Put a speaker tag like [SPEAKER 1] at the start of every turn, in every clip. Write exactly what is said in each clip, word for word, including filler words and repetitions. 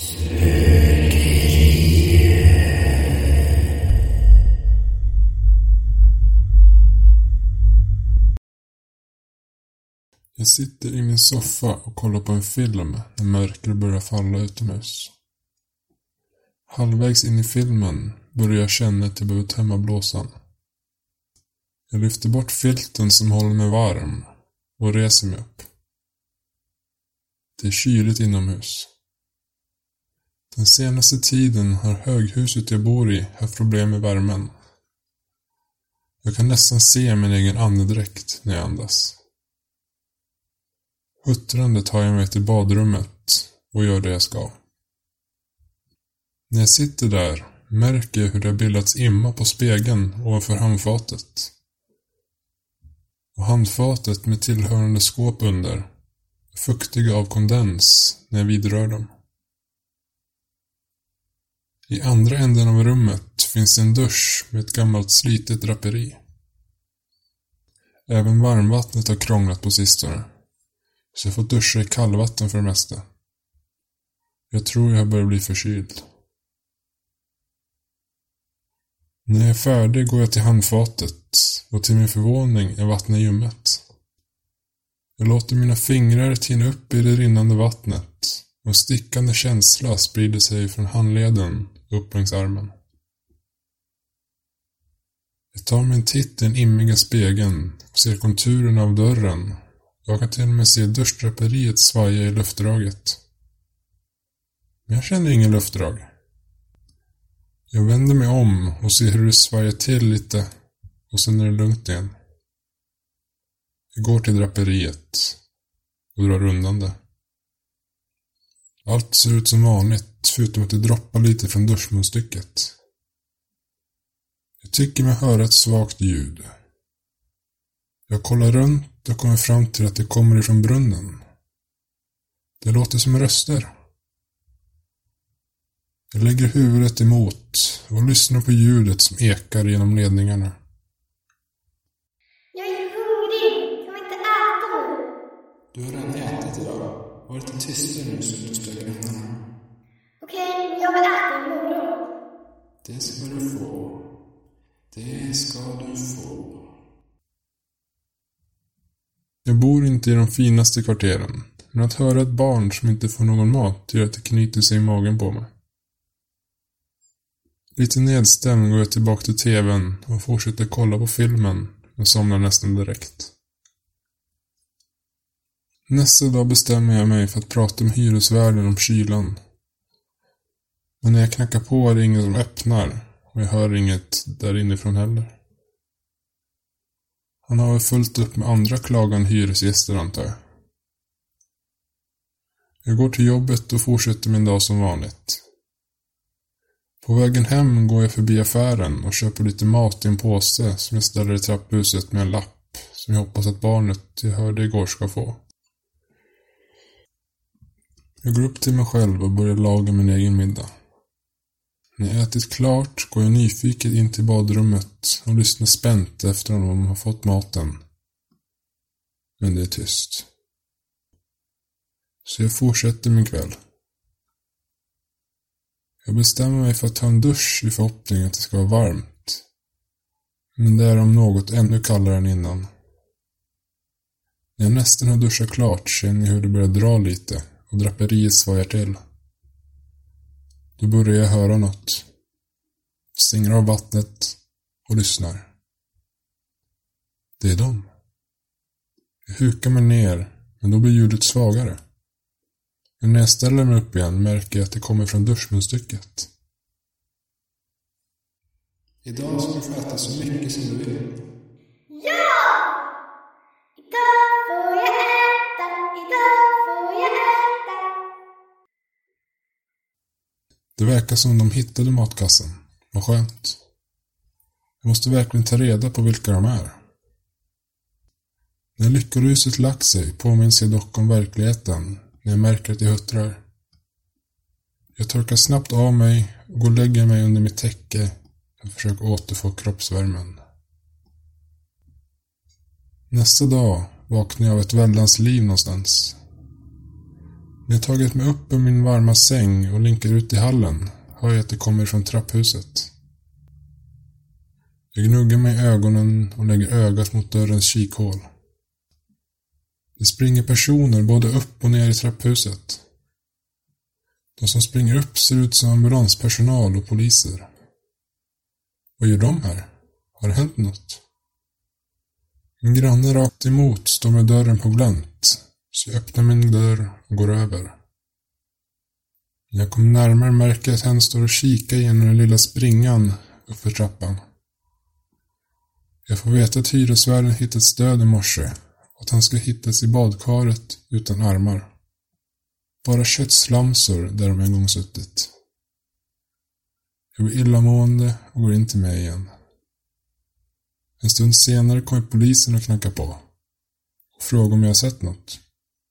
[SPEAKER 1] Jag sitter i min soffa och kollar på en film när mörker börjar falla utomhus. Halvvägs in i filmen börjar jag känna att jag behöver tömma blåsan. Jag lyfter bort filten som håller mig varm och reser mig upp. Det är kyligt inomhus. Den senaste tiden har höghuset jag bor i haft problem med värmen. Jag kan nästan se min egen andedräkt när jag andas. Huttrande tar jag mig till badrummet och gör det jag ska. När jag sitter där märker jag hur det har bildats imma på spegeln ovanför handfatet. Och handfatet med tillhörande skåp under är fuktiga av kondens när jag vidrör dem. I andra änden av rummet finns en dusch med ett gammalt slitet draperi. Även varmvattnet har krånglat på sistone, så jag får duscha i kallvatten för det mesta. Jag tror jag börjar bli förkyld. När jag är färdig går jag till handfatet och till min förvåning är vattnet ljummet. Jag låter mina fingrar tina upp i det rinnande vattnet och en stickande känsla sprider sig från handleden upp längs armen. Jag tar mig en titt i den immiga spegeln och ser konturerna av dörren. Jag kan till och med se duschdraperiet svaja i luftdraget. Men jag känner ingen luftdrag. Jag vänder mig om och ser hur det svajar till lite och sen är det lugnt igen. Jag går till draperiet och drar undan det. Allt ser ut som vanligt förutom att det droppar lite från duschmunstycket. Jag tycker mig höra ett svagt ljud. Jag kollar runt och kommer fram till att det kommer ifrån brunnen. Det låter som röster. Jag lägger huvudet emot och lyssnar på ljudet som ekar genom ledningarna.
[SPEAKER 2] Jag är hungrig. Kan vi inte äta nu?
[SPEAKER 1] Du har redan ätit idag. Var lite tystare nu så att du stöker händerna.
[SPEAKER 2] Okej, men jag vill äta imorgon.
[SPEAKER 1] Det ska du få. Det ska du få. Jag bor inte i de finaste kvarteren, men att höra ett barn som inte får någon mat gör att det knyter sig i magen på mig. Lite nedstämd går jag tillbaka till tvn och fortsätter kolla på filmen, men somnar nästan direkt. Nästa dag bestämmer jag mig för att prata med hyresvärden om kylan. Men när jag knackar på är det ingen som öppnar och jag hör inget där inifrån heller. Han har väl fullt upp med andra klagande hyresgäster, antar jag. Jag går till jobbet och fortsätter min dag som vanligt. På vägen hem går jag förbi affären och köper lite mat i en påse som jag ställer i trapphuset med en lapp som jag hoppas att barnet jag hörde igår ska få. Jag går upp till mig själv och börjar laga min egen middag. När jag ätit klart går jag nyfiket in till badrummet och lyssnar spänt efter om de har fått maten. Men det är tyst. Så jag fortsätter min kväll. Jag bestämmer mig för att ta en dusch i förhoppning att det ska vara varmt. Men det är om något ännu kallare än innan. När jag nästan har duschat klart känner jag hur det börjar dra lite och draperiet svajar till. Då börjar jag höra något. Stänger av vattnet och lyssnar. Det är dem. Jag hukar mig ner, men då blir ljudet svagare. Men när jag ställer mig upp igen märker jag att det kommer från duschmunstycket. Idag ska du få äta så mycket som du vill.
[SPEAKER 2] Ja! Idag får jag äta, idag får jag äta.
[SPEAKER 1] Det verkar som de hittade matkassen. Vad skönt. Jag måste verkligen ta reda på vilka de är. När lyckoruset lagt sig påminns jag dock om verkligheten när jag märker att jag huttrar. Jag torkar snabbt av mig och går och lägger mig under mitt täcke och försöker återfå kroppsvärmen. Nästa dag vaknar jag av ett väldans liv någonstans. När jag tagit mig upp ur min varma säng och linkar ut i hallen hör jag att det kommer från trapphuset. Jag gnuggar mig i ögonen och lägger ögat mot dörrens kikhål. Det springer personer både upp och ner i trapphuset. De som springer upp ser ut som ambulanspersonal och poliser. Vad gör de här? Har det hänt något? Min granne rakt emot står med dörren på glänt, så jag öppnar min dörr och går över. När jag kommer närmare märker jag att hen står och kikar genom den lilla springan uppför trappan. Jag får veta att hyresvärden hittat stöd i morse och att han ska hittas i badkaret utan armar. Bara köttslamsor där de en gång suttit. Jag blir illamående och går in till mig igen. En stund senare kommer polisen och knackar på och frågar om jag har sett något.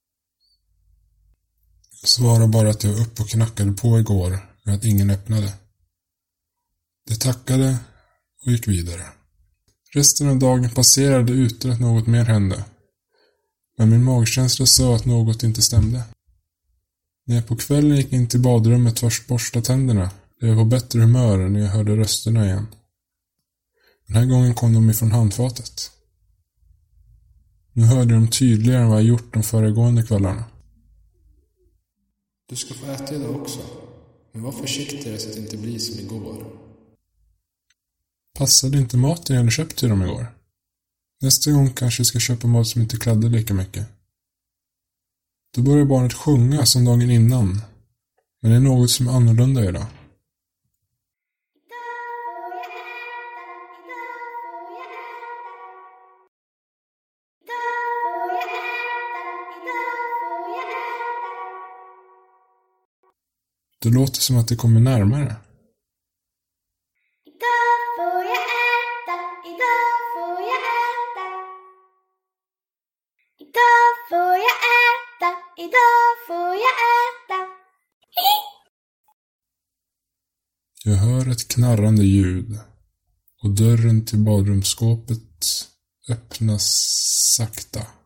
[SPEAKER 1] Jag svarar bara att jag var uppe och knackade på igår men att ingen öppnade. De tackade och gick vidare. Resten av dagen passerade utan att något mer hände. Men min magkänsla sa att något inte stämde. När jag på kvällen gick in till badrummet för att borsta tänderna blev jag på bättre humör när jag hörde rösterna igen. Den här gången kom de ifrån handfatet. Nu hörde de tydligare än vad jag gjort de föregående kvällarna.
[SPEAKER 3] Du ska få äta idag också. Men var försiktigare så att det inte blir som igår.
[SPEAKER 1] Passade inte maten jag hade köpt till dem igår? Nästa gång kanske jag ska köpa mat som inte kladdar lika mycket. Då börjar barnet sjunga som dagen innan. Men det är något som är annorlunda idag. Det låter som att det kommer närmare.
[SPEAKER 2] Idag får jag äta, idag får jag äta. Idag får jag äta, idag får jag äta.
[SPEAKER 1] Jag hör ett knarrande ljud och dörren till badrumsskåpet öppnas sakta.